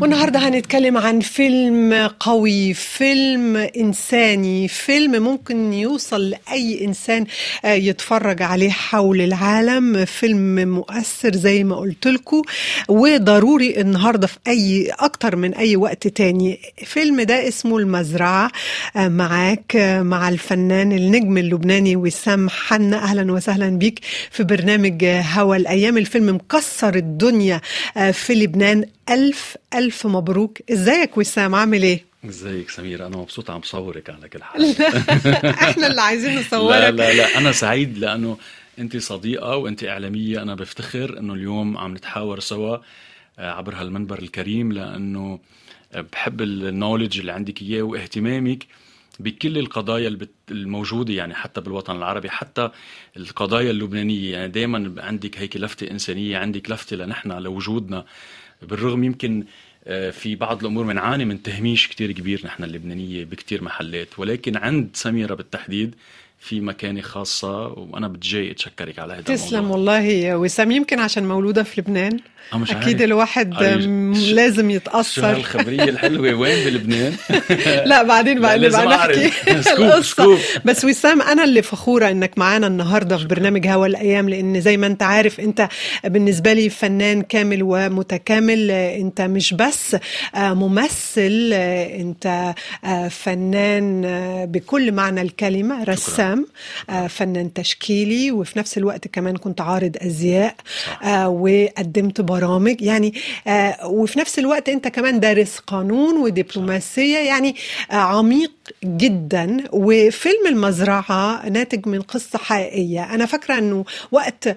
والنهاردة هنتكلم عن فيلم قوي، فيلم إنساني، فيلم ممكن يوصل لأي إنسان يتفرج عليه حول العالم، فيلم مؤثر زي ما قلت لكم وضروري النهاردة في أي أكتر من أي وقت تاني. فيلم ده اسمه المزرعة، معاك مع الفنان النجم اللبناني وسام حنا. أهلا وسهلا بيك في برنامج هوا الأيام. الفيلم مكسر الدنيا في لبنان. ألف مبروك. ازيك وسام، عامل ايه؟ ازيك سميرة؟ انا مبسوط عم صورك على كل حال. احنا اللي عايزين نصورك. لا انا سعيد لانه انت صديقة وانت اعلامية. انا بفتخر انه اليوم عم نتحاور سوا عبر هالمنبر الكريم، لانه بحب النوليدج اللي عندك اياه واهتمامك بكل القضايا الموجودة، يعني حتى بالوطن العربي، حتى القضايا اللبنانية. يعني دايما عندك هيك لفتة إنسانية، عندك لفتة لنحن لوجودنا، بالرغم يمكن في بعض الأمور منعاني من تهميش كتير كبير نحن اللبنانية بكتير محلات، ولكن عند سميرة بالتحديد في مكانة خاصة، وأنا بتجي أتشكرك على هذا الموضوع. تسلم والله يا وسام. يمكن عشان مولودة في لبنان مش أكيد عارف. الواحد لازم يتأثر. شو هالخبرية الحلوة؟ وين بلبنان؟ لا بعدين بقى نحكي القصة. بس وسام، أنا اللي فخورة إنك معانا النهاردة في برنامج هوا الأيام، لأن زي ما أنت عارف أنت بالنسبة لي فنان كامل ومتكامل. أنت مش بس ممثل، أنت فنان بكل معنى الكلمة، رسام، فنان تشكيلي، وفي نفس الوقت كمان كنت عارض أزياء وقدمت برامج يعني، وفي نفس الوقت أنت كمان دارس قانون ودبلوماسية، يعني عميق جدا. وفيلم المزرعة ناتج من قصة حقيقية. أنا فاكرة أنه وقت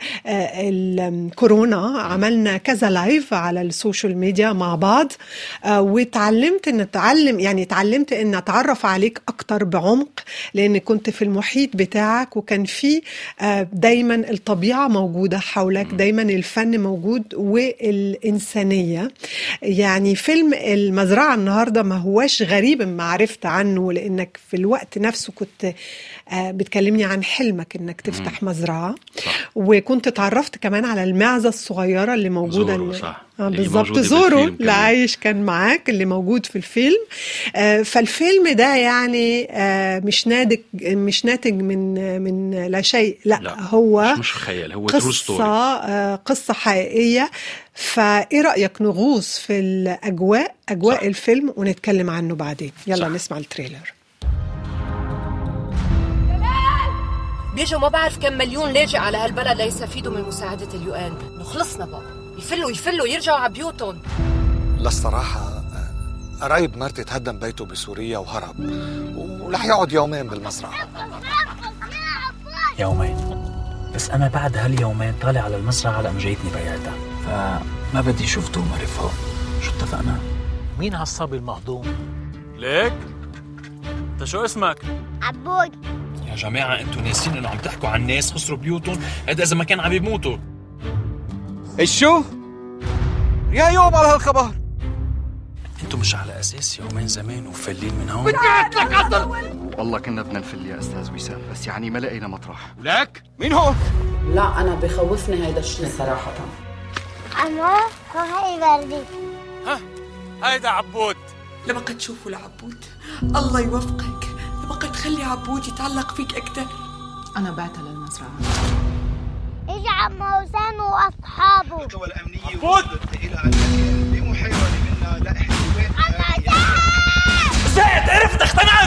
الكورونا عملنا كذا لايف على السوشيال ميديا مع بعض، وتعلمت أن أتعرف عليك أكتر بعمق، لأن كنت في المحيط بتاعك وكان في دايما الطبيعة موجودة حولك، دايما الفن موجود والإنسانية. يعني فيلم المزرعة النهاردة ما هواش غريب ما عرفت عنه، لأنك في الوقت نفسه كنت بتكلمني عن حلمك أنك تفتح مزرعة. وكنت تعرفت كمان على المعزة الصغيرة اللي موجودة زورو. صح. بالضبط، زورو اللي عايش كان معاك، اللي موجود في الفيلم. فالفيلم ده يعني مش ناتج من لا شيء، لا هو مش خيال، هو قصة حقيقية. فإيه رأيك نغوص في الأجواء الفيلم ونتكلم عنه بعدين؟ يلا نسمع التريلر. بيجوا ما بعرف كم مليون لاجئ على هالبلد ليستفيدوا من مساعدة اليوان. خلصنا بقى، يفلوا يرجعوا على بيوتهم. للصراحة قرايب مرتي تهدم بيته بسوريا وهرب، ورح يقعد يومين بالمزرعة. يومين بس؟ أنا بعد هاليومين طالع على المزرعة لأنه جايتني بياتها، فما بدي شوف توما رفاق. شو اتفقنا؟ مين هالصبي المهضوم؟ ليك؟ انت شو اسمك؟ عبود. يا جماعة انتوا ناسين انه عم تحكوا عن ناس خسروا بيوتهم، هذا اذا ما كان عم يموتوا. شو؟ يا يوم على هالخبر. انتوا مش على اساس يومين زمان وفلين من هون؟ بدي لك عطل. والله كنا بدنا نفل يا استاذ وسام، بس يعني ما لقينا مطرح. ولك مين هو؟ لا انا بخوفني هيدا الشيء صراحة. انا هاي بردي. هيدا عبود. لبقى تشوفوا لعبود، الله يوفقك. لبقى تخلي عبود يتعلق فيك أكتر. أنا بعتها للمزرعة. إجا عم وسام وأصحابه. القوى الأمنية عبود إلى المكان بمحاولة منا لإحتواء زيد. عرفت، اقتنعت.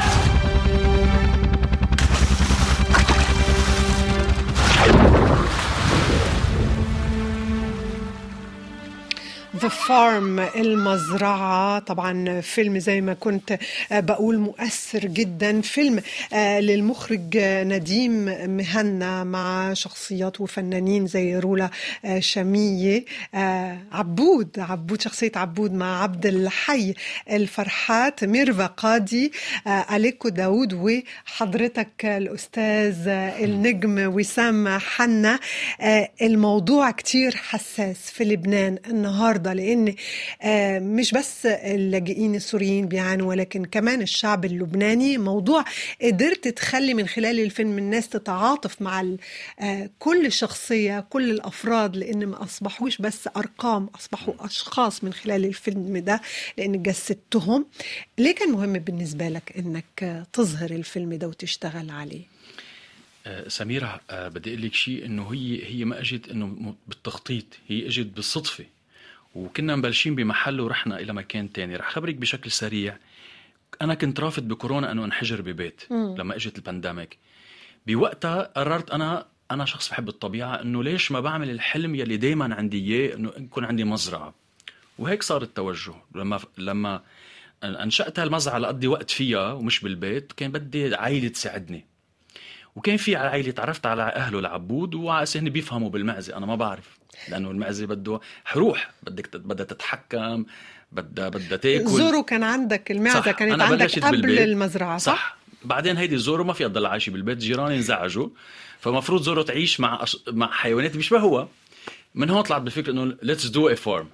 The Farm، المزرعة. طبعا فيلم زي ما كنت بقول مؤثر جدا، فيلم للمخرج نديم مهنا مع شخصيات وفنانين زي رولا شامية، عبود شخصية عبود مع عبد الحي الفرحات، ميرفا قاضي، أليكو داود، وحضرتك الأستاذ النجم وسام حنا. الموضوع كتير حساس في لبنان النهاردة، لأن مش بس اللاجئين السوريين بيعانوا ولكن كمان الشعب اللبناني. موضوع قدرت تخلي من خلال الفيلم الناس تتعاطف مع كل شخصية، كل الأفراد، لأن ما أصبحوش بس أرقام، أصبحوا أشخاص من خلال الفيلم ده لأن جسدتهم. ليه كان مهم بالنسبة لك أنك تظهر الفيلم ده وتشتغل عليه؟ سميرة، بدي أقول لك شيء، إنه هي ما أجت إنه بالتخطيط، هي أجت بالصدفة، وكنا مبلشين بمحل ورحنا إلى مكان تاني. رح خبرك بشكل سريع. أنا كنت رافض بكورونا أنه أنحجر ببيت لما أجت البانديميك. بوقتها قررت أنا شخص بحب الطبيعة، إنه ليش ما بعمل الحلم يلي دايما عندي إياه، إنه يكون عندي مزرعة. وهيك صار التوجه. لما أنشأت هالمزرعة لأقضي وقت فيها ومش بالبيت، كان بدي عائلة تساعدني، وكان في عائلة تعرفت على أهله العبود، وعسهن بيفهموا بالمعزة. أنا ما بعرف، لأنه المعزة بده حروح، بدها تتحكم، بدها تاكل. زورو كان عندك المعزة كانت عندك قبل المزرعة، صح؟ بعدين هيدي زورو ما في تضل عايشة بالبيت، جيراني انزعجوا، فمفروض زورو تعيش مع حيوانات بيشبهوها. من هون طلعت بالفكرة إنه let's do a farm.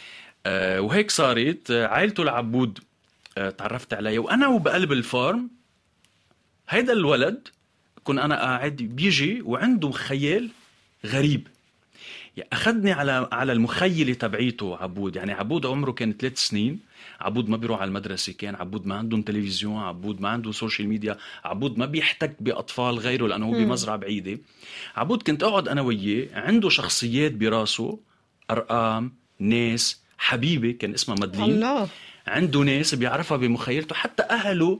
وهيك صارت عائلته العبود تعرفت عليه، وأنا وبقلب الفارم هيدا الولد كن أنا قاعد بيجي وعنده خيال غريب. يعني أخذني على المخيلة تبعيته عبود. يعني عبود عمره كان 3 سنين، عبود ما بيروح على المدرسة، كان عبود ما عندهم تلفزيون، عبود ما عنده سوشيال ميديا، عبود ما بيحتك بأطفال غيره لأنه هو بمزرعة بعيدة. عبود كنت أقعد أنا وياه، عنده شخصيات براسه، أرقام، ناس، حبيبة كان اسمها مدلين. الله. عنده ناس بيعرفها بمخيلته، حتى أهله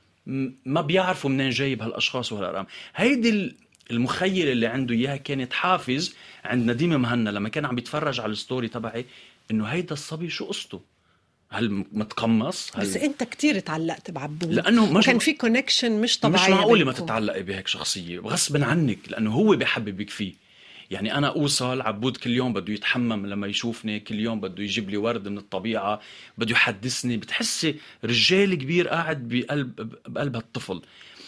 ما بيعرفوا منين جايب هالأشخاص وهالأرقام. هيدي المخيلة اللي عنده إياها كانت حافز عند نديم مهنا لما كان عم بيتفرج على الستوري تبعي، إنه هيدا الصبي شو قصته، هل متقمص، بس أنت كتير تعلقت بعبود، لأنه كان في كونكشن مش طبيعي. مش معقولة ما تتعلقي بهيك شخصية غصبا عنك، لأنه هو بيحببك فيه. يعني أنا أوصل عبود كل يوم بده يتحمم لما يشوفني، كل يوم بده يجيب لي ورد من الطبيعة، بده يحدثني. بتحسي رجال كبير قاعد بقلب هالطفل.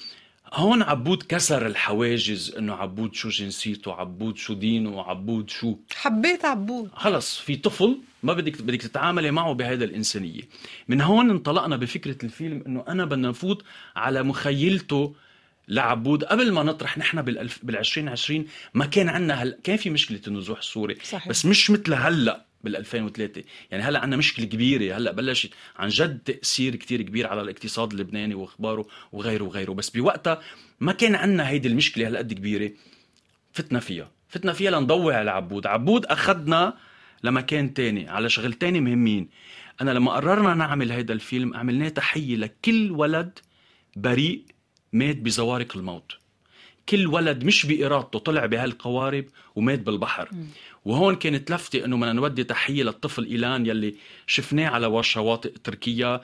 هون عبود كسر الحواجز، إنه عبود شو جنسيته، عبود شو دينه، عبود شو. حبيت عبود. خلص في طفل ما بدك تتعاملي معه بهذا الإنسانية. من هون انطلقنا بفكرة الفيلم، إنه أنا بدنا نفوت على مخيلته لعبود قبل ما نطرح. نحن بال2020 ما كان عنا كان في مشكلة النزوح السوري، صحيح. بس مش مثل هلأ بال2003. يعني هلأ عنا مشكلة كبيرة، هلأ بلشت عن جد تأثير كتير كبير على الاقتصاد اللبناني واخباره وغيره وغيره. بس بوقتها ما كان عنا هيدي المشكلة هالقد كبيرة. فتنا فيها لنضوي على عبود أخذنا لمكان تاني، على شغل تاني مهمين. أنا لما قررنا نعمل هيدا الفيلم عملناه تحية لكل ولد بريء مات بزوارق الموت. كل ولد مش بإرادته طلع بهالقوارب ومات بالبحر. وهون كانت لفتة إنه بدنا نودي تحية للطفل إيلان يلي شفناه على شواطئ تركيا.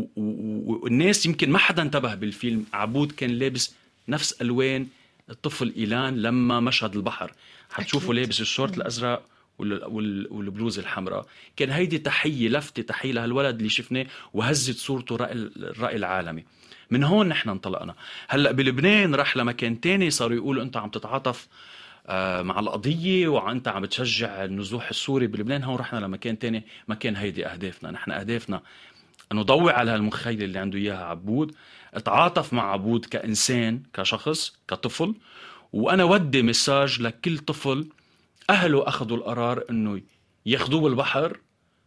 والناس يمكن ما حدا انتبه بالفيلم، عبود كان لابس نفس ألوان الطفل إيلان لما مشهد البحر. حتشوفوا لابس الشورت الأزرق والبلوز الحمراء. كان هيدي تحية، لفتة تحية لهالولد اللي شفناه وهزت صورته الرأي العالمي. من هون نحن انطلقنا. هلأ بلبنان راح لمكان تاني، صاروا يقولوا أنت عم تتعاطف مع القضية وأنت عم تشجع النزوح السوري بلبنان. هون رحنا لمكان تاني، مكان هيدي أهدافنا. نحن أهدافنا أنه ضوي على هالمخيلة اللي عنده إياها عبود، اتعاطف مع عبود كإنسان، كشخص، كطفل. وأنا ودي مساج لكل طفل أهله أخذوا القرار أنه ياخدوه بالبحر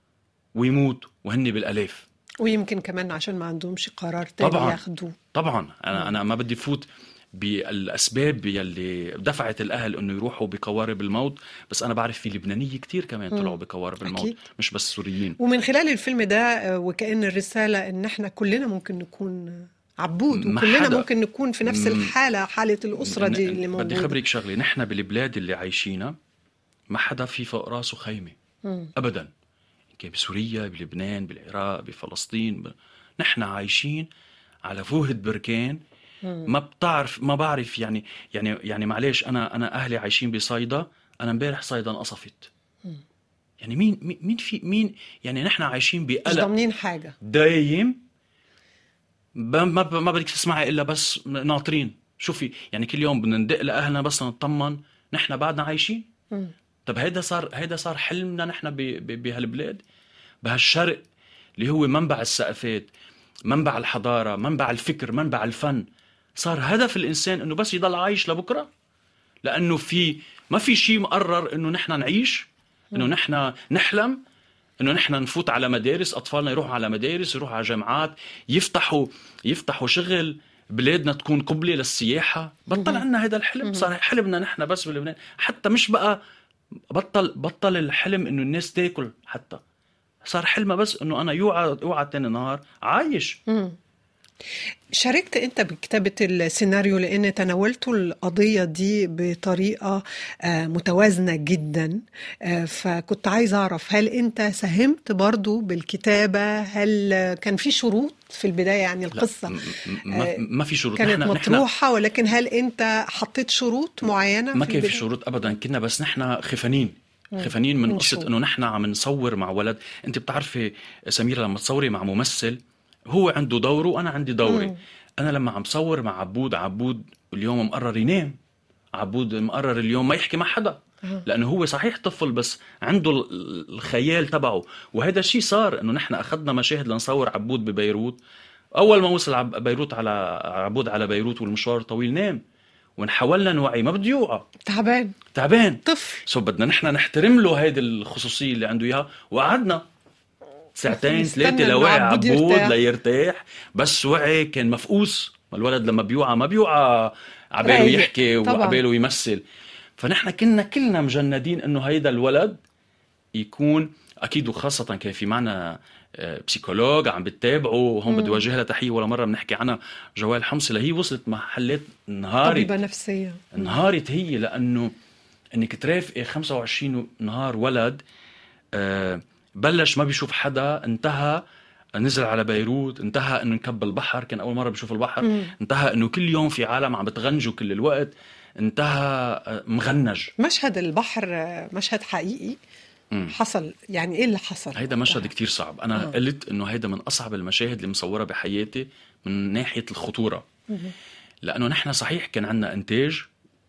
ويموت وهن بالألاف، ويمكن كمان عشان ما عندهمش قرار تاني ياخدوه. طبعا أنا ما بدي فوت بالأسباب يلي دفعت الأهل أنه يروحوا بقوارب الموت، بس أنا بعرف في لبنانية كتير كمان طلعوا بقوارب الموت. أكيد. مش بس سوريين. ومن خلال الفيلم ده وكأن الرسالة أن احنا كلنا ممكن نكون عبود، وكلنا ممكن نكون في نفس الحالة، حالة الأسرة دي اللي موجودة. بدي خبرك شغلة، نحن بالبلاد اللي عايشينها ما حدا في فوق راسه خيمة أبدا. كان بسوريا، بلبنان، بالعراق، بفلسطين، نحن عايشين على فوهة بركان. ما بعرف يعني معلش، أنا أهلي عايشين بصيدا، أنا امبارح صيدا انقصفت. يعني مين يعني نحن عايشين بقلق، مش ضامنين حاجة دايم. ما بدك تسمعي إلا بس ناطرين. شوفي يعني كل يوم بدنا ندق لأهلنا بس نطمن نحن بعدنا عايشين. طب هيدا صار حلمنا نحن بهالبلاد، بهالشرق اللي هو منبع الثقافات، منبع الحضارة، منبع الفكر، منبع الفن. صار هدف الإنسان إنه بس يضل عايش لبكرة، لأنه ما في شيء مقرر إنه نحن نعيش، إنه نحن نحلم، إنه نحن نفوت على مدارس، أطفالنا يروحوا على مدارس، يروحوا على جامعات، يفتحوا شغل، بلادنا تكون قبلة للسياحة. بطل عنا هذا الحلم. صار حلمنا نحن بس بلبنان، حتى مش بقى بطل الحلم إنه الناس تاكل، حتى صار حلمه بس إنه أنا يوعى تاني نهار عايش. شاركت أنت بكتابة السيناريو لأن تناولتوا القضية دي بطريقة متوازنة جدا، فكنت عايز أعرف هل أنت ساهمت برضو بالكتابة؟ هل كان في شروط في البداية؟ يعني القصة ما في شروط كانت مطروحة، ولكن هل أنت حطيت شروط معينة؟ ما كان في شروط أبدا. كنا بس نحن خفانين من قصة إنه نحن عم نصور مع ولد. أنت بتعرفي سميرة لما تصوري مع ممثل هو عنده دوره وأنا عندي دوري. أنا لما عم صور مع عبود اليوم مقرر ينام، عبود مقرر اليوم ما يحكي مع حدا، لأنه هو صحيح طفل بس عنده الخيال تبعه. وهذا الشيء صار إنه نحن أخذنا مشاهد لنصور عبود ببيروت. أول ما وصل بيروت على عبود على بيروت والمشوار طويل نام، ونحاولنا نوعي ما بده يوعى، تعبان طفل. بدنا نحن نحترم له هيدي الخصوصية اللي عنده إياها، وقعدنا 2-3 لوعي عبود ليرتاح. بس وعي كان مفقوس. الولد لما ما بيوعى عباله يحكي وعباله يمثل. فنحن كنا كلنا مجندين انه هيدا الولد يكون اكيد، وخاصة كان في معنا بسيكولوج عم بتتابعه. وهم بدي وجه لها تحية ولا مرة بنحكي عنها، جوال حمصي، هي وصلت محلات نهاري طبيبة نفسية انهارت هي، لانه انك ترافقي 25 نهار ولد بلش ما بيشوف حدا، انتهى نزل على بيروت، انتهى انه نكب البحر، كان اول مره بيشوف البحر، انتهى انه كل يوم في عالم عم بتغنجوا كل الوقت، انتهى مغنج. مشهد البحر مشهد حقيقي حصل. يعني ايه اللي حصل؟ هيدا مشهد كتير صعب. انا قلت انه هيدا من اصعب المشاهد اللي مصورها بحياتي من ناحيه الخطوره. لانه نحن صحيح كان عنا انتاج،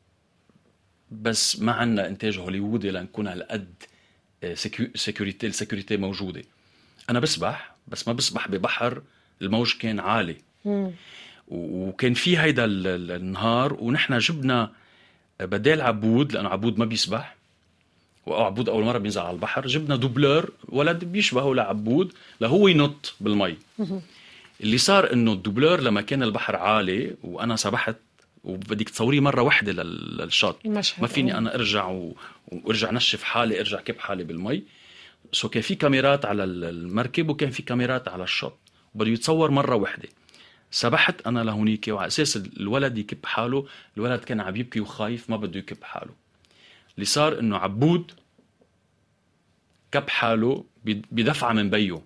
بس ما عنا انتاج هوليوودي لنكون هالقد السيكوريتي موجودة. أنا بسبح بس ما بسبح ببحر الموج كان عالي. وكان في هيدا النهار، ونحن جبنا بدال عبود، لأنه عبود ما بيسبح، وعبود أول مرة بينزل على البحر، جبنا دوبلور ولد بيشبهه لعبود لهو ينط بالمي. اللي صار إنه الدوبلور لما كان البحر عالي وأنا سبحت وبدك تصوري مرة واحدة للشاط، ما فيني أنا أرجع نشف حالي، أرجع كب حالي بالمي. كان في كاميرات على المركب وكان في كاميرات على الشاط، وبده يتصور مرة واحدة. سبحت أنا لهونيك، وعلى أساس الولد يكب حاله. الولد كان عم يبكي وخايف ما بده يكب حاله. اللي صار إنه عبود كب حاله بدفعة من بيه.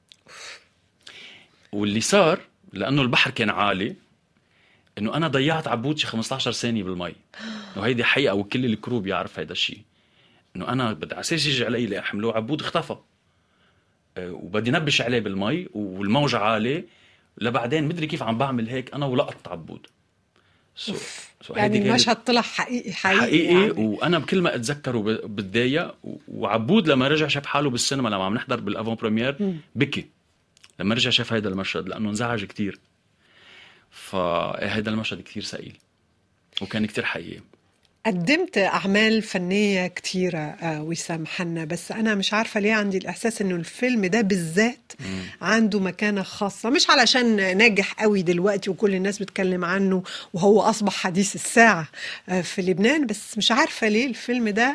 واللي صار لأنه البحر كان عالي، إنه أنا ضيعت عبود شي 15 ثانية بالمي. وهيدي حقيقة، وكل الكرو بيعرف هيدا الشيء، إنه أنا بدي عساس يجي علي لأحمله، عبود اختفى، وبدي نبش عليه بالمي والموج عالي. لبعدين مدري كيف عم بعمل هيك أنا ولقط عبود. يعني المشهد طلع حقيقي يعني. وأنا بكل ما أتذكره بتضايق. وعبود لما رجع شاف حاله بالسينما لما عم نحضر بالأفون بريمير بكي لما رجع شاف هيدا المشهد، لأنه انزعج كتير. فهذا المشهد كتير ثقيل وكان كتير حقيقي. قدمت أعمال فنية كتيرة وسام حنا، بس أنا مش عارفة ليه عندي الإحساس إنه الفيلم ده بالذات عنده مكانة خاصة، مش علشان ناجح قوي دلوقتي وكل الناس بتكلم عنه وهو أصبح حديث الساعة في لبنان، بس مش عارفة ليه الفيلم ده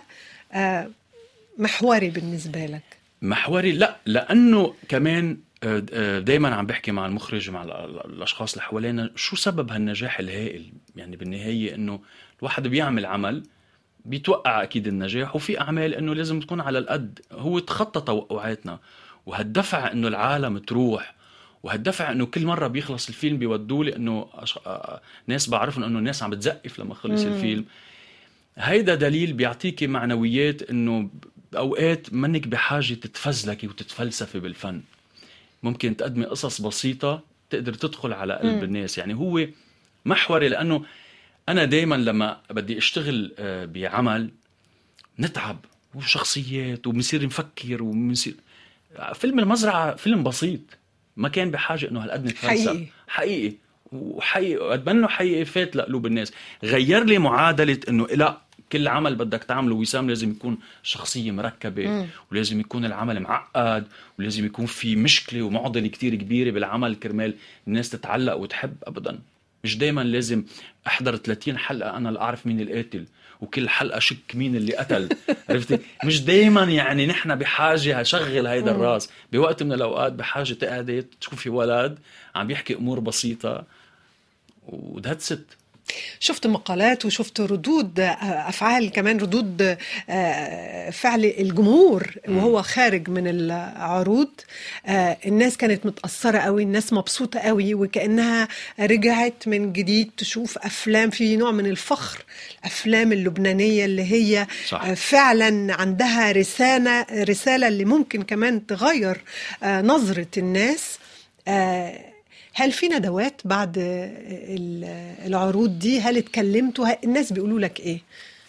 محوري بالنسبة لك. محوري لا، لأنه كمان دايما عم بحكي مع المخرج مع الأشخاص اللي حوالينا شو سبب هالنجاح الهائل. يعني بالنهاية إنه الواحد بيعمل عمل بيتوقع أكيد النجاح، وفي أعمال إنه لازم تكون على القد. هو تخطى توقعاتنا، وهالدفع إنه العالم تروح، وهالدفع إنه كل مرة بيخلص الفيلم بيودولي إنه ناس بعرفن إنه الناس عم بتزقف لما خلص الفيلم. هيدا دليل بيعطيكي معنويات إنه أوقات منك بحاجة تتفزلكي وتتفلسفي بالفن. ممكن تقدمي قصص بسيطة تقدر تدخل على قلب الناس. يعني هو محوري، لأنه أنا دايما لما بدي أشتغل بعمل نتعب وشخصيات وبنصير نفكر وبنصير. فيلم المزرعة فيلم بسيط ما كان بحاجة انه هالقد نتفلسف. حقيقي قد منه حقيقي فات لقلوب الناس. غير لي معادلة انه لا كل عمل بدك تعمله وسام لازم يكون شخصية مركبة ولازم يكون العمل معقد ولازم يكون في مشكلة ومعضلة كتير كبيرة بالعمل كرمال الناس تتعلق وتحب. ابدا مش دايما لازم احضر 30 حلقة انا لأعرف مين القاتل وكل حلقة شك مين اللي قتل. عرفتي؟ مش دايما يعني نحن بحاجة شغل هيدا الراس. بوقت من الأوقات بحاجة تقعدي تشوفي ولد عم بيحكي أمور بسيطة ودهتست. شفت مقالات وشفت ردود أفعال كمان، ردود فعل الجمهور وهو خارج من العروض. الناس كانت متأثرة قوي، الناس مبسوطة قوي وكأنها رجعت من جديد تشوف أفلام في نوع من الفخر. الأفلام اللبنانية اللي هي صح. فعلا عندها رسالة اللي ممكن كمان تغير نظرة الناس. هل في ندوات بعد العروض دي؟ هل اتكلمتوا؟ الناس بيقولوا لك ايه؟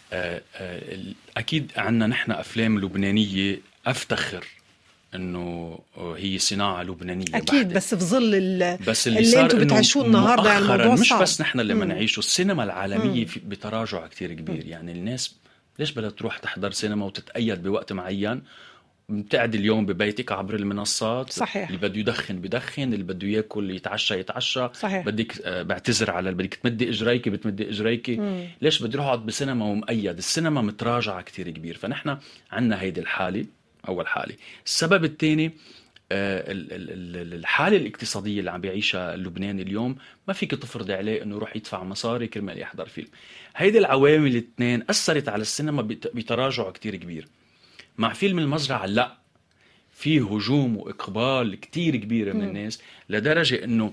اكيد عنا نحن افلام لبنانية افتخر انه هي صناعة لبنانية اكيد بحدة. بس في ظل بس اللي انتوا بتعيشوه النهارده الموضوع مش صعب. بس نحن اللي بنعيشه، السينما العالمية بتراجع كتير كبير. يعني الناس ليش بدها تروح تحضر سينما وتتقيد بوقت معين؟ بتقعد اليوم ببيتك عبر المنصات. صحيح. اللي بده يدخن بدخن، اللي بده ياكل يتعشى. صحيح. بدك بعتذر على بدك تمدي اجريكي بتمدي اجريكي. ليش بدي اروح اقعد بسينما ومقيد؟ السينما متراجعه كتير كبير. فنحن عنا هيدي الحاله، اول حاله. السبب الثاني الحاله الاقتصاديه اللي عم بيعيشها اللبناني اليوم. ما فيك تفرض عليه انه يروح يدفع مصاري كرمال يحضر فيلم. هيدي العوامل الاثنين اثرت على السينما بتراجع كتير كبير. مع فيلم المزرعة لا، فيه هجوم وإقبال كتير كبيرة من الناس، لدرجة إنه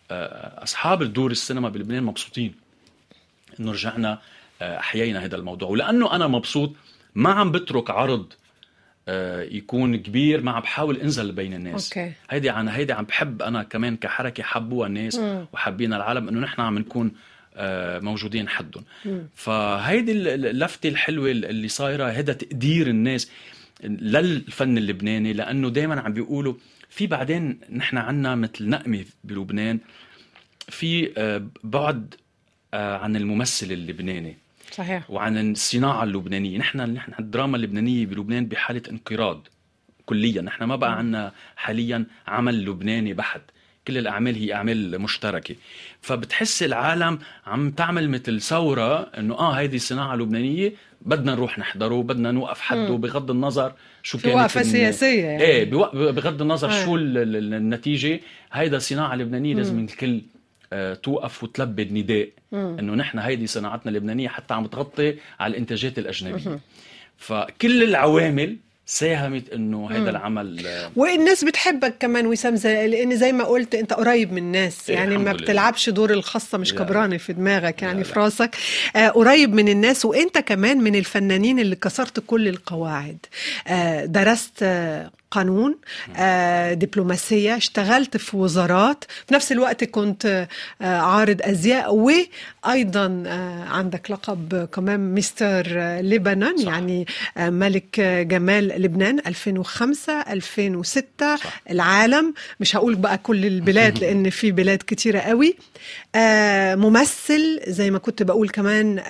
أصحاب الدور السينما بلبنان مبسوطين إنه رجعنا أحيينا هذا الموضوع. ولأنه أنا مبسوط ما عم بترك عرض يكون كبير، ما عم بحاول انزل بين الناس. هيدي عم بحب أنا كمان كحركة حبوها الناس وحابين العالم إنه نحن عم نكون موجودين حدهم. فهيدي اللفتة الحلوة اللي صايرة، هذا تقدير الناس للفن اللبناني. لأنه دايما عم بيقولوا في بعدين نحن عنا مثل نقمة بلبنان في بعد عن الممثل اللبناني. صحيح. وعن الصناعة اللبنانية. نحن الدراما اللبنانية بلبنان بحالة انقراض كليا. نحن ما بقى عنا حاليا عمل لبناني بحت، كل الأعمال هي أعمال مشتركة. فبتحس العالم عم تعمل مثل ثورة إنه هيدي الصناعة اللبنانية بدنا نروح نحضره، بدنا نوقف حده بغض النظر شو كانت وقفة سياسية يعني. إيه بغض النظر شو النتيجة. هيدا الصناعة اللبنانية لازم الكل توقف وتلبي النداء إنه نحن هيدي صناعتنا اللبنانية حتى عم تغطي على الإنتاجات الأجنبية. فكل العوامل ساهمت انه هذا العمل. والناس بتحبك كمان وسام، لان زي ما قلت انت قريب من الناس. يعني ما بتلعبش دور الخاصة مش كبراني في دماغك يعني في راسك. قريب من الناس. وانت كمان من الفنانين اللي كسرت كل القواعد. درست قانون، دبلوماسية، اشتغلت في وزارات، في نفس الوقت كنت عارض أزياء، وأيضا عندك لقب كمان مستر لبنان. صح. يعني ملك جمال لبنان 2005 2006. صح. العالم مش هقول بقى كل البلاد لأن في بلاد كتيرة قوي. ممثل زي ما كنت بقول كمان،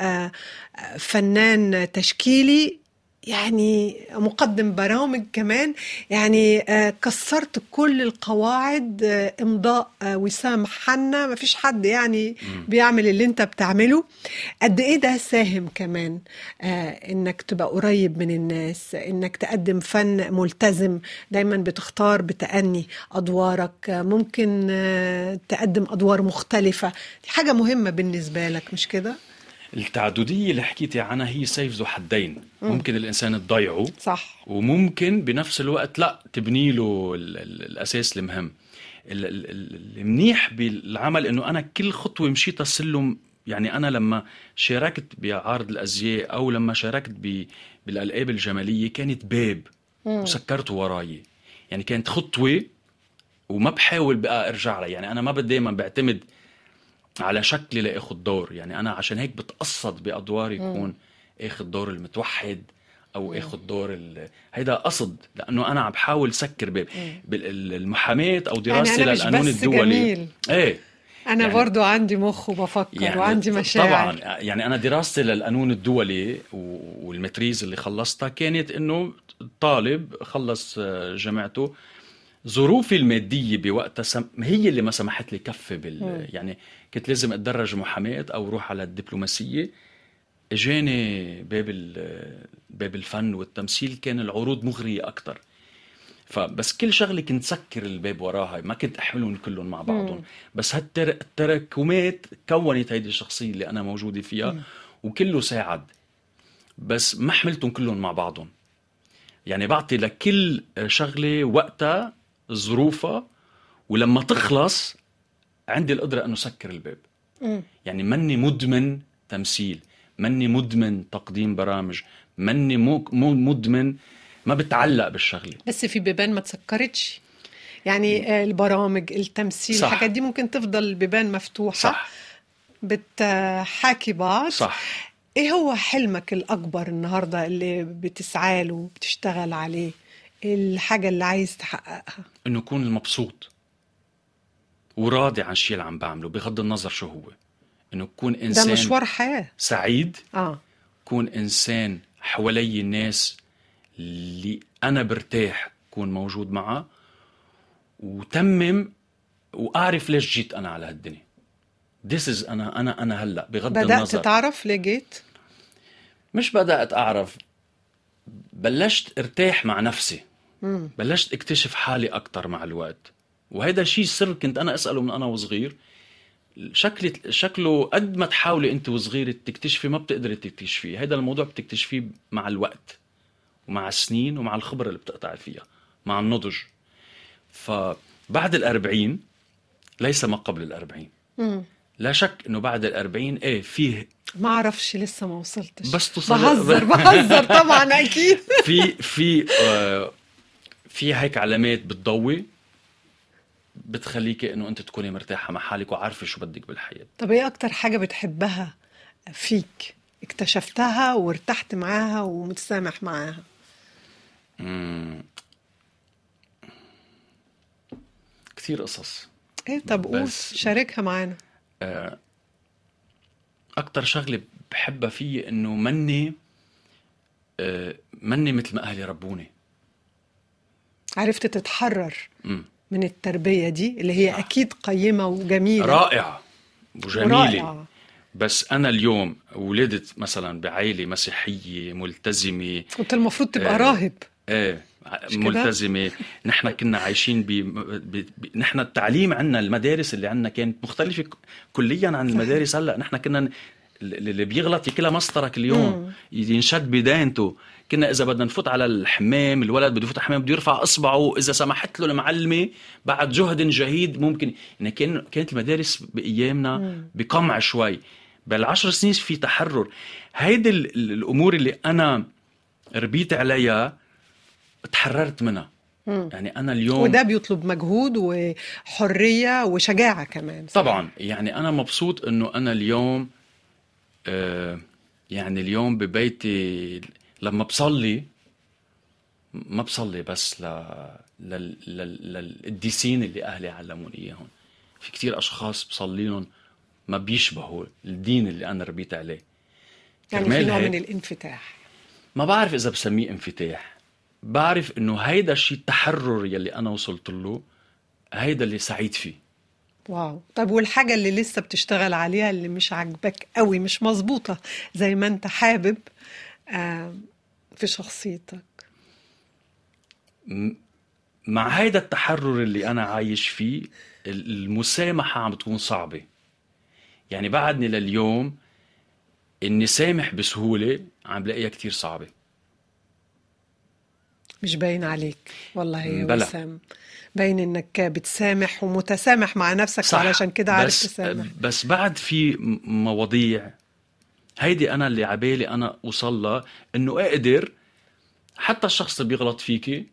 فنان تشكيلي، يعني مقدم برامج كمان. يعني كسرت كل القواعد. امضاء وسام حنا، ما فيش حد يعني بيعمل اللي انت بتعمله. قد ايه ده ساهم كمان انك تبقى قريب من الناس، انك تقدم فن ملتزم، دايما بتختار بتأني ادوارك، ممكن تقدم ادوار مختلفة. دي حاجة مهمة بالنسبة لك مش كده؟ التعددية اللي حكيتي عنها هي سيف ذو حدين. ممكن الإنسان تضيعه، صح، وممكن بنفس الوقت لا تبني له الأساس المهم. المنيح بالعمل إنه أنا كل خطوة مشيت السلم. يعني أنا لما شاركت بعرض الأزياء أو لما شاركت بالألعاب الجمالية كانت باب وسكرته وراي. يعني كانت خطوة وما بحاول بقى أرجع لها. يعني أنا ما دايما بعتمد على شكلي لأخذ دور. يعني أنا عشان هيك بتقصد بأدوار يكون أخذ دور المتوحد او اخذ دور هيدا قصد، لانه انا عم بحاول سكر باب المحاماه او دراستي يعني للقانون الدولي. جميل. ايه انا يعني برضو عندي مخ وبفكر يعني وعندي مشاعر. طبعا يعني انا دراستي للقانون الدولي والمتريز اللي خلصتها كانت انه طالب خلص جامعته، ظروفي الماديه بوقتها هي اللي ما سمحت لي كفي يعني كنت لازم اتدرج محاماه او روح على الدبلوماسيه. اجاني باب الفن والتمثيل، كان العروض مغريه اكثر، فبس كل شغله كنت سكر الباب وراها، ما كنت احملهم كلهم مع بعضهم. بس هالتراكمات كونت هيدي الشخصيه اللي انا موجوده فيها، وكله ساعد، بس ما حملتهم كلهم مع بعضهم. يعني بعطي لكل شغله وقتها ظروفها، ولما تخلص عندي القدره انه سكر الباب. يعني مني مدمن تمثيل، مني مدمن تقديم برامج، مني مدمن ما بتعلق بالشغله. بس في بيبان ما تسكرتش، يعني البرامج، التمثيل، الحاجات دي ممكن تفضل البيبان مفتوحه. صح. بتحاكي بعض. صح. ايه هو حلمك الاكبر النهارده اللي بتسعى له وبتشتغل عليه؟ الحاجه اللي عايز تحققها؟ انه اكون مبسوط وراضي عن الشيء اللي عم بعمله بغض النظر شو هو. انه اكون انسان، ده مشوار حياه سعيد. كون انسان حوالي الناس اللي أنا برتاح كون موجود معه، وتمم وأعرف ليش جيت أنا على هالدنيا. This is أنا هلأ بغض النظر. بدأت تعرف ليه جيت؟ مش بدأت أعرف، بلشت ارتاح مع نفسي. بلشت اكتشف حالي أكتر مع الوقت، وهذا شيء سر كنت أنا أسأله من أنا وصغير. شكله قد ما تحاولي أنت وصغير تكتشفي ما بتقدري تكتشفيه. هذا الموضوع بتكتشفيه مع الوقت ومع السنين ومع الخبرة اللي بتقطع فيها مع النضج. فبعد 40 ليس ما قبل 40. لا شك انه بعد 40 فيه، ما اعرفش لسه ما وصلتش، بس تصل بهزر طبعا اكيد. في هيك علامات بتضوي بتخليك انه انت تكوني مرتاحة مع حالك وعارفة شو بدك بالحياة. طب ايه اكتر حاجة بتحبها فيك اكتشفتها وارتحت معاها ومتسامح معاها؟ كثير قصص. ايه طب قول، شاركها معانا. اكتر شغله بحبها فيه انه مني مثل ما اهلي ربوني. عرفت تتحرر من التربيه دي اللي هي اكيد قيمه وجميله، رائعه وجميله. بس انا اليوم ولدت مثلا بعائله مسيحيه ملتزمه، كنت المفروض تبقى راهب. ملتزمه. نحن كنا عايشين نحن التعليم عنا، المدارس اللي عنا كانت مختلفه كليا عن المدارس هلا. نحن كنا اللي بيغلط يكلها مسطرك اليوم، ينشد بداينته. كنا اذا بدنا نفوت على الحمام، الولد بده يفوت الحمام بده يرفع اصبعه، اذا سمحت له المعلمه بعد جهد جهيد ممكن. يعني كانت المدارس بايامنا بقمع شوي. بال10 سنين في تحرر. هيدي الامور اللي انا ربيت عليها تحررت منها. يعني أنا اليوم، وده بيطلب مجهود وحرية وشجاعة كمان. طبعا يعني أنا مبسوط أنه أنا اليوم يعني اليوم ببيتي لما بصلي ما بصلي بس للقديسين اللي أهلي علموني إياهم. في كتير أشخاص بصليهم ما بيشبهوا الدين اللي أنا ربيت عليه. يعني في نوع من الانفتاح. ما بعرف إذا بسميه انفتاح، بعرف انه هيدا الشيء التحرر يلي انا وصلت له، هيدا اللي سعيد فيه. واو. طب والحاجة اللي لسه بتشتغل عليها اللي مش عاجبك قوي، مش مظبوطة زي ما انت حابب في شخصيتك؟ مع هيدا التحرر اللي انا عايش فيه، المسامحة عم بتكون صعبة. يعني بعدني لليوم اني سامح بسهولة عم بلاقيها كتير صعبة. مش باين عليك والله يا وسام، باين انك بتسامح ومتسامح مع نفسك، وعلشان كده عارف تسامح. بس بعد في مواضيع هيدي انا اللي عبالي انا وصلها انه اقدر حتى الشخص اللي بيغلط فيكي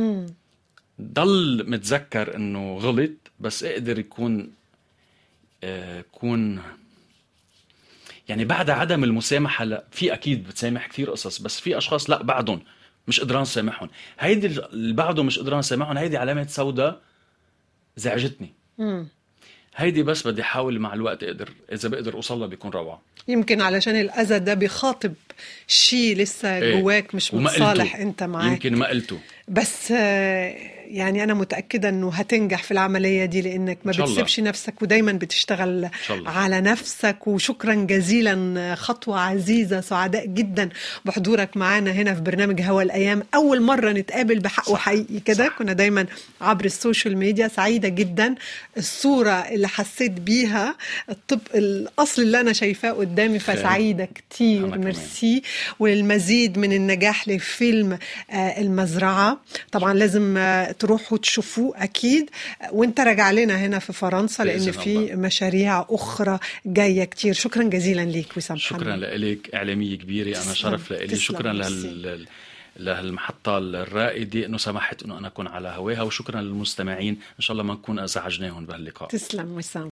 ضل متذكر انه غلط، بس اقدر يكون يعني بعد عدم المسامحة. لا، في أكيد بتسامح كثير قصص، بس في أشخاص لا بعدهم مش قدران سامحهم. هيدي اللي بعده مش قدران سامحهم، هيدي علامة سوداء زعجتني. هيدي بس بدي أحاول مع الوقت إذا بقدر أوصلها بيكون روعة. يمكن علشان الأذى ده بيخاطب شيء لسه جواك مش متصالح أنت معاه، يمكن ما قلته. بس يعني أنا متأكدة أنه هتنجح في العملية دي، لأنك ما بتسيبش نفسك ودايما بتشتغل على نفسك. وشكرا جزيلا، خطوة عزيزة، سعداء جدا بحضورك معنا هنا في برنامج هوا الأيام. أول مرة نتقابل بحق وحقيقي كده، كنا دايما عبر السوشيال ميديا. سعيدة جدا، الصورة اللي حسيت بيها الأصل اللي أنا شايفاه قدامي، فسعيدة كتير. ميرسي. وللمزيد من النجاح لفيلم المزرعة، طبعا لازم تروحوا تشوفوه أكيد، وانت راجع لنا هنا في فرنسا لأن في مشاريع أخرى جاية كتير. شكرا جزيلا ليك وسام. شكرا لك، إعلامية كبيرة، أنا شرف لي. شكرا لهالمحطة الرائدة أنه سمحت أنه أنا أكون على هواها، وشكرا للمستمعين، إن شاء الله ما نكون أزعجناهم بهاللقاء. تسلم وسام.